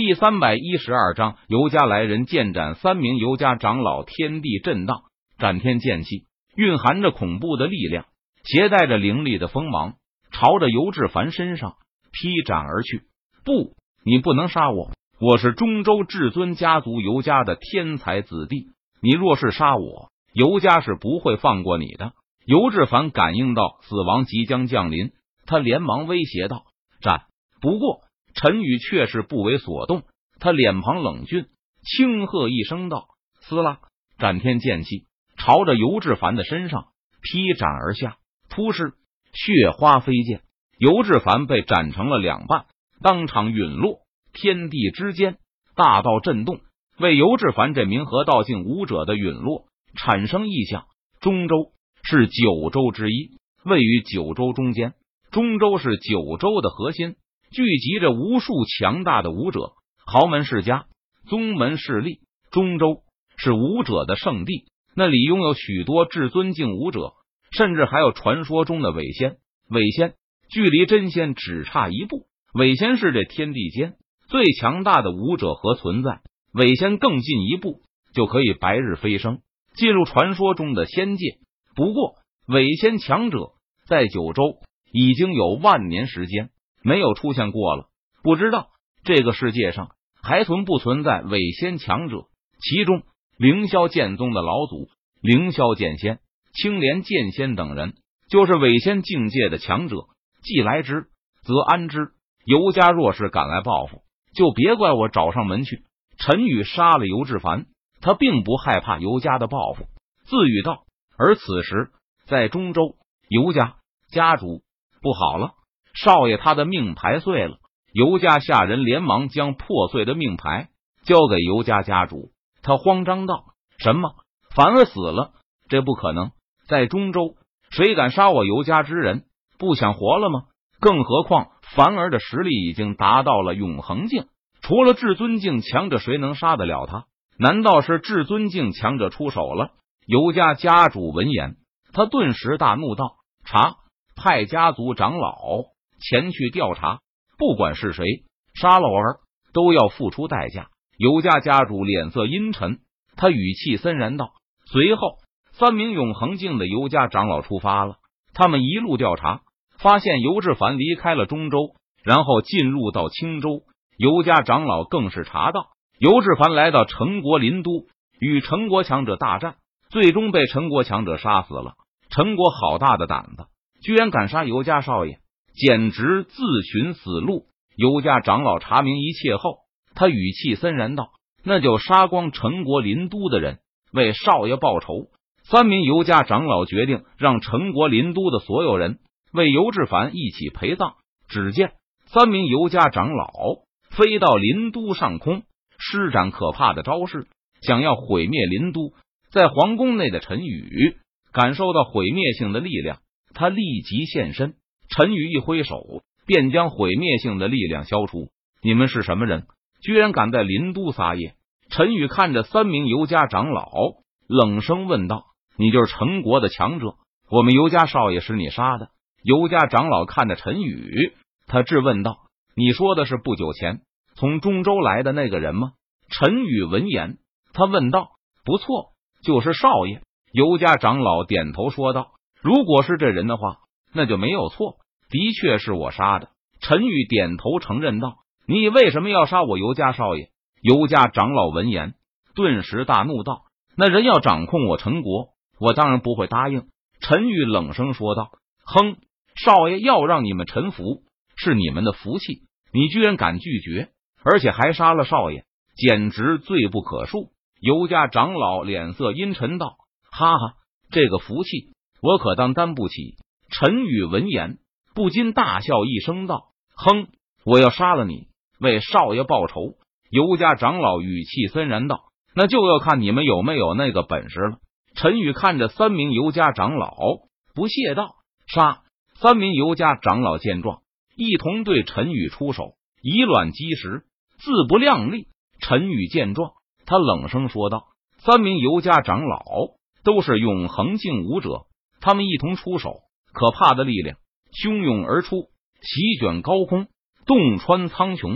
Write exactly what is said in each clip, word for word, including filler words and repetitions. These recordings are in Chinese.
第三百一十二章，尤家来人剑斩三名尤家长老，天地震荡，斩天剑气蕴含着恐怖的力量，携带着凌厉的锋芒，朝着尤志凡身上劈斩而去。不，你不能杀我，我是中州至尊家族尤家的天才子弟，你若是杀我，尤家是不会放过你的。尤志凡感应到死亡即将降临，他连忙威胁道：斩！不过陈宇却是不为所动，他脸庞冷峻，轻喝一声道：撕拉！斩天剑气朝着尤志凡的身上劈斩而下，突施血花飞溅，尤志凡被斩成了两半，当场陨落。天地之间大道震动，为尤志凡这名河道境武者的陨落产生异象。中州是九州之一，位于九州中间，中州是九州的核心，聚集着无数强大的武者、豪门世家、宗门势力。中州是武者的圣地，那里拥有许多至尊境武者，甚至还有传说中的伪仙。伪仙距离真仙只差一步，伪仙是这天地间最强大的武者和存在，伪仙更进一步就可以白日飞升，进入传说中的仙界。不过伪仙强者在九州已经有万年时间没有出现过了，不知道这个世界上还存不存在伪仙强者。其中凌霄剑宗的老祖凌霄剑仙、青莲剑仙等人就是伪仙境界的强者，既来之则安之。尤家若是敢来报复，就别怪我找上门去。陈宇杀了尤志凡，他并不害怕尤家的报复，自语道。而此时在中州，尤家家主不好了，少爷他的命牌碎了。尤家下人连忙将破碎的命牌交给尤家家主，他慌张道：什么？凡儿死了？这不可能，在中州谁敢杀我尤家之人？不想活了吗？更何况凡儿的实力已经达到了永恒境，除了至尊境强者，谁能杀得了他？难道是至尊境强者出手了？尤家家主闻言，他顿时大怒道：查！派家族长老前去调查，不管是谁杀了儿，都要付出代价。尤家家主脸色阴沉，他语气森然道。随后三名永恒境的尤家长老出发了，他们一路调查，发现尤志凡离开了中州，然后进入到青州。尤家长老更是查到尤志凡来到陈国林都，与陈国强者大战，最终被陈国强者杀死了。陈国好大的胆子，居然敢杀尤家少爷，简直自寻死路。尤家长老查明一切后，他语气森然道：那就杀光陈国林都的人，为少爷报仇。三名尤家长老决定让陈国林都的所有人为尤志凡一起陪葬。只见三名尤家长老飞到林都上空，施展可怕的招式，想要毁灭林都。在皇宫内的陈宇感受到毁灭性的力量，他立即现身。陈宇一挥手，便将毁灭性的力量消除。你们是什么人？居然敢在林都撒野？陈宇看着三名尤家长老，冷声问道：你就是陈国的强者？我们尤家少爷是你杀的？尤家长老看着陈宇，他质问道：你说的是不久前从中州来的那个人吗？陈宇闻言，他问道：不错，就是少爷。尤家长老点头说道：如果是这人的话，那就没有错，的确是我杀的。陈宇点头承认道：你为什么要杀我尤家少爷？尤家长老闻言顿时大怒道：那人要掌控我陈国，我当然不会答应。陈宇冷声说道：哼，少爷要让你们臣服是你们的福气，你居然敢拒绝，而且还杀了少爷，简直罪不可恕。尤家长老脸色阴沉道：哈哈，这个福气我可当担不起。陈宇闻言不禁大笑一声道：哼，我要杀了你，为少爷报仇。尤家长老语气森然道：那就要看你们有没有那个本事了。陈宇看着三名尤家长老，不屑道：杀！三名尤家长老见状，一同对陈宇出手，以卵击石，自不量力。陈宇见状，他冷声说道：三名尤家长老都是永恒境武者，他们一同出手，可怕的力量汹涌而出，席卷高空，洞穿苍穹。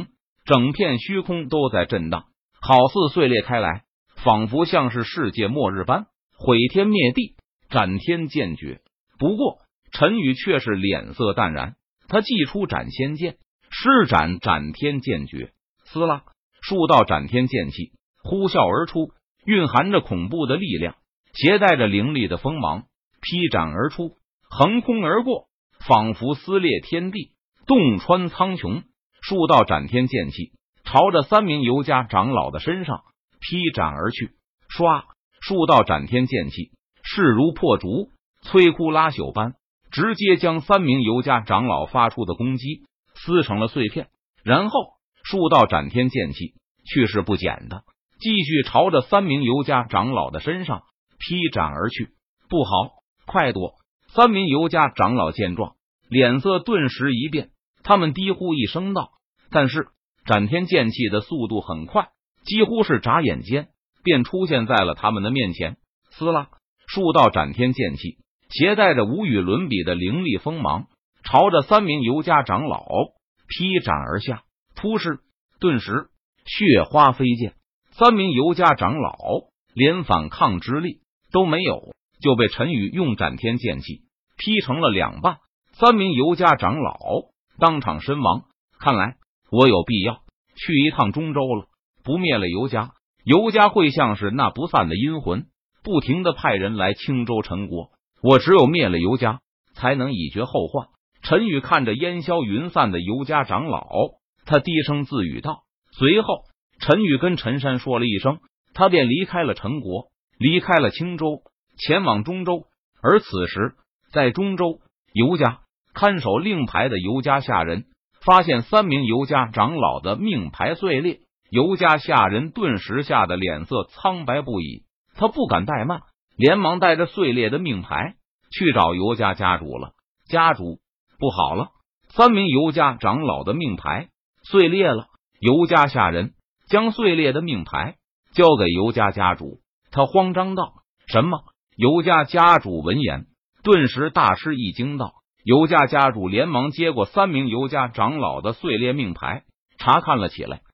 整片虚空都在震荡，好似碎裂开来，仿佛像是世界末日般毁天灭地，斩天剑绝。不过陈宇却是脸色淡然，他祭出斩仙剑，施展斩天剑诀，撕拉数道斩天剑气呼啸而出，蕴含着恐怖的力量，携带着凌厉的锋芒，劈斩而出，横空而过，仿佛撕裂天地，洞穿苍穹。数道斩天剑气朝着三名游家长老的身上劈斩而去，唰，数道斩天剑气势如破竹，摧枯拉朽般直接将三名游家长老发出的攻击撕成了碎片。然后数道斩天剑气去势不减的继续朝着三名游家长老的身上劈斩而去。不好，快躲！三名游家长老见状，脸色顿时一变，他们低呼一声道，但是斩天剑气的速度很快，几乎是眨眼间便出现在了他们的面前。撕拉，数道斩天剑气携带着无与伦比的凌厉锋芒，朝着三名游家长老劈斩而下。突施，顿时血花飞溅，三名游家长老连反抗之力都没有，就被陈宇用斩天剑气劈成了两半。三名游家长老当场身亡。看来我有必要去一趟中州了，不灭了游家，游家会像是那不散的阴魂，不停的派人来青州陈国。我只有灭了游家，才能以绝后患。陈宇看着烟消云散的游家长老，他低声自语道。随后陈宇跟陈山说了一声，他便离开了陈国，离开了青州，前往中州。而此时在中州，游家看守令牌的游家下人发现三名游家长老的命牌碎裂，游家下人顿时吓得脸色苍白不已，他不敢怠慢，连忙带着碎裂的命牌去找游家家主了。家主，不好了，三名游家长老的命牌碎裂了。游家下人将碎裂的命牌交给游家家主，他慌张道。什么？游家家主闻言顿时大吃一惊道。游家家主连忙接过三名游家长老的碎裂命牌，查看了起来。